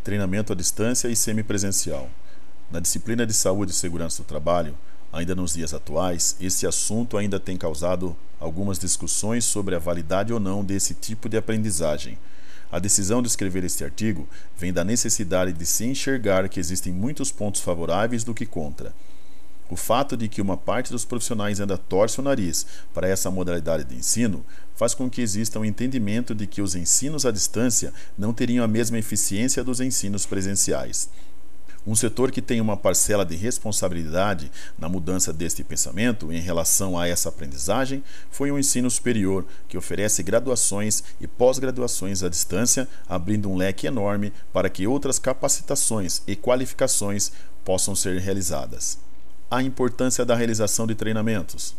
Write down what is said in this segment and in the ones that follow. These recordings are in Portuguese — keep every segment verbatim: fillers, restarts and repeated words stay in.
Treinamento à distância e semipresencial. Na disciplina de Saúde e Segurança do Trabalho, ainda nos dias atuais, esse assunto ainda tem causado algumas discussões sobre a validade ou não desse tipo de aprendizagem. A decisão de escrever este artigo vem da necessidade de se enxergar que existem muitos pontos favoráveis do que contra. O fato de que uma parte dos profissionais ainda torce o nariz para essa modalidade de ensino faz com que exista um entendimento de que os ensinos à distância não teriam a mesma eficiência dos ensinos presenciais. Um setor que tem uma parcela de responsabilidade na mudança deste pensamento em relação a essa aprendizagem foi o ensino superior, que oferece graduações e pós-graduações à distância, abrindo um leque enorme para que outras capacitações e qualificações possam ser realizadas. A importância da realização de treinamentos.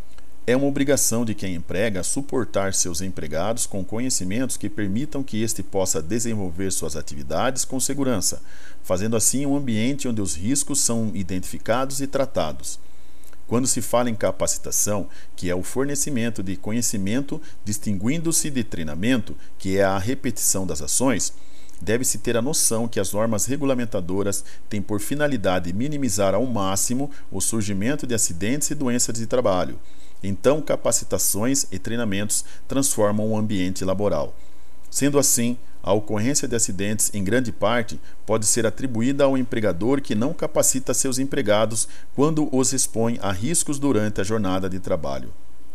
É uma obrigação de quem emprega suportar seus empregados com conhecimentos que permitam que este possa desenvolver suas atividades com segurança, fazendo assim um ambiente onde os riscos são identificados e tratados. Quando se fala em capacitação, que é o fornecimento de conhecimento, distinguindo-se de treinamento, que é a repetição das ações, deve-se ter a noção que as normas regulamentadoras têm por finalidade minimizar ao máximo o surgimento de acidentes e doenças de trabalho. Então, capacitações e treinamentos transformam o ambiente laboral. Sendo assim, a ocorrência de acidentes, em grande parte, pode ser atribuída ao empregador que não capacita seus empregados quando os expõe a riscos durante a jornada de trabalho.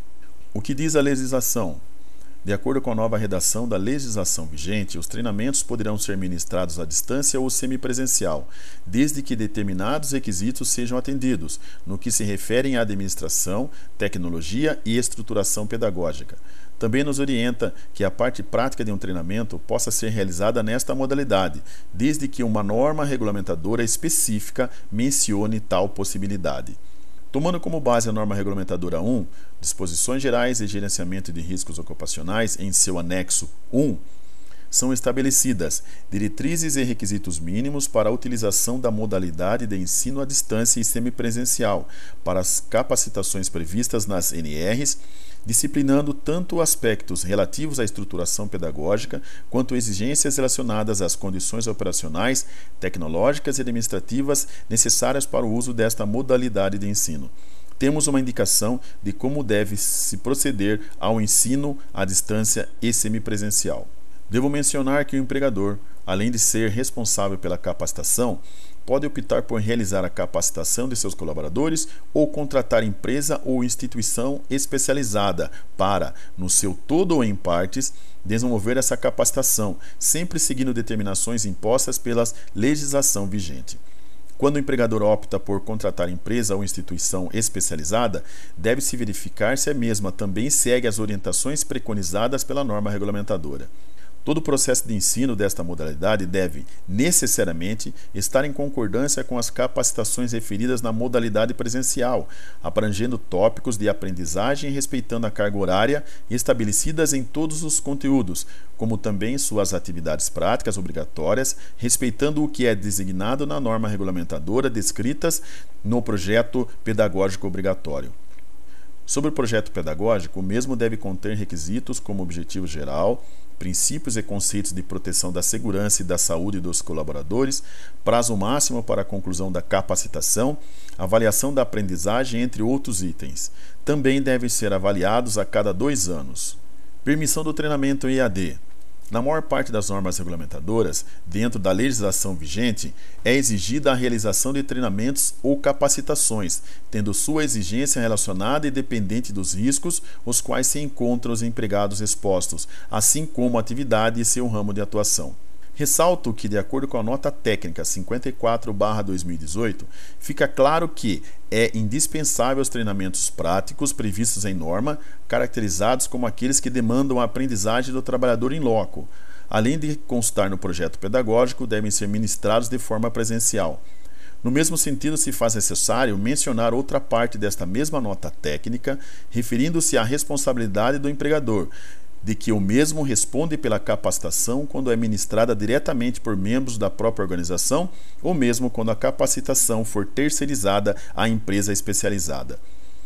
O que diz a legislação? De acordo com a nova redação da legislação vigente, os treinamentos poderão ser ministrados à distância ou semipresencial, desde que determinados requisitos sejam atendidos, no que se refere à administração, tecnologia e estruturação pedagógica. Também nos orienta que a parte prática de um treinamento possa ser realizada nesta modalidade, desde que uma norma regulamentadora específica mencione tal possibilidade. Tomando como base a norma regulamentadora um, Disposições Gerais de Gerenciamento de Riscos Ocupacionais, em seu anexo um, são estabelecidas diretrizes e requisitos mínimos para a utilização da modalidade de ensino à distância e semipresencial para as capacitações previstas nas N Rs, disciplinando tanto aspectos relativos à estruturação pedagógica quanto exigências relacionadas às condições operacionais, tecnológicas e administrativas necessárias para o uso desta modalidade de ensino. Temos uma indicação de como deve se proceder ao ensino à distância e semipresencial. Devo mencionar que o empregador, além de ser responsável pela capacitação, pode optar por realizar a capacitação de seus colaboradores ou contratar empresa ou instituição especializada para, no seu todo ou em partes, desenvolver essa capacitação, sempre seguindo determinações impostas pela legislação vigente. Quando o empregador opta por contratar empresa ou instituição especializada, deve-se verificar se a mesma também segue as orientações preconizadas pela norma regulamentadora. Todo o processo de ensino desta modalidade deve, necessariamente, estar em concordância com as capacitações referidas na modalidade presencial, abrangendo tópicos de aprendizagem e respeitando a carga horária estabelecidas em todos os conteúdos, como também suas atividades práticas obrigatórias, respeitando o que é designado na norma regulamentadora descritas no projeto pedagógico obrigatório. Sobre o projeto pedagógico, o mesmo deve conter requisitos como objetivo geral, princípios e conceitos de proteção da segurança e da saúde dos colaboradores, prazo máximo para a conclusão da capacitação, avaliação da aprendizagem, entre outros itens. Também devem ser avaliados a cada dois anos. Permissão do treinamento E A D. Na maior parte das normas regulamentadoras, dentro da legislação vigente, é exigida a realização de treinamentos ou capacitações, tendo sua exigência relacionada e dependente dos riscos os quais se encontram os empregados expostos, assim como a atividade e seu ramo de atuação. Ressalto que, de acordo com a nota técnica cinquenta e quatro barra dois mil e dezoito, fica claro que é indispensável os treinamentos práticos previstos em norma, caracterizados como aqueles que demandam a aprendizagem do trabalhador em loco. Além de constar no projeto pedagógico, devem ser ministrados de forma presencial. No mesmo sentido, se faz necessário mencionar outra parte desta mesma nota técnica, referindo-se à responsabilidade do empregador, de que o mesmo responde pela capacitação quando é ministrada diretamente por membros da própria organização ou mesmo quando a capacitação for terceirizada à empresa especializada.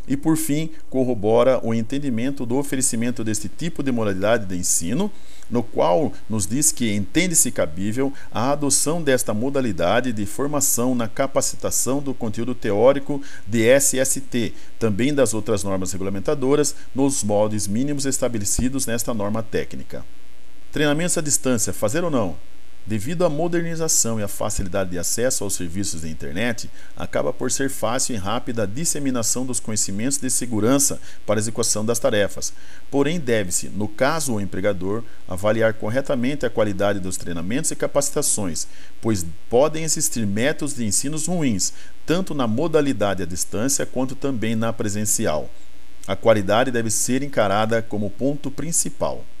E, por fim, corrobora o entendimento do oferecimento deste tipo de modalidade de ensino, no qual nos diz que entende-se cabível a adoção desta modalidade de formação na capacitação do conteúdo teórico de S S T, também das outras normas regulamentadoras, nos moldes mínimos estabelecidos nesta norma técnica. Treinamentos à distância, fazer ou não? Devido à modernização e à facilidade de acesso aos serviços de internet, acaba por ser fácil e rápida a disseminação dos conhecimentos de segurança para a execução das tarefas. Porém, deve-se, no caso o empregador, avaliar corretamente a qualidade dos treinamentos e capacitações, pois podem existir métodos de ensinos ruins, tanto na modalidade à distância quanto também na presencial. A qualidade deve ser encarada como ponto principal.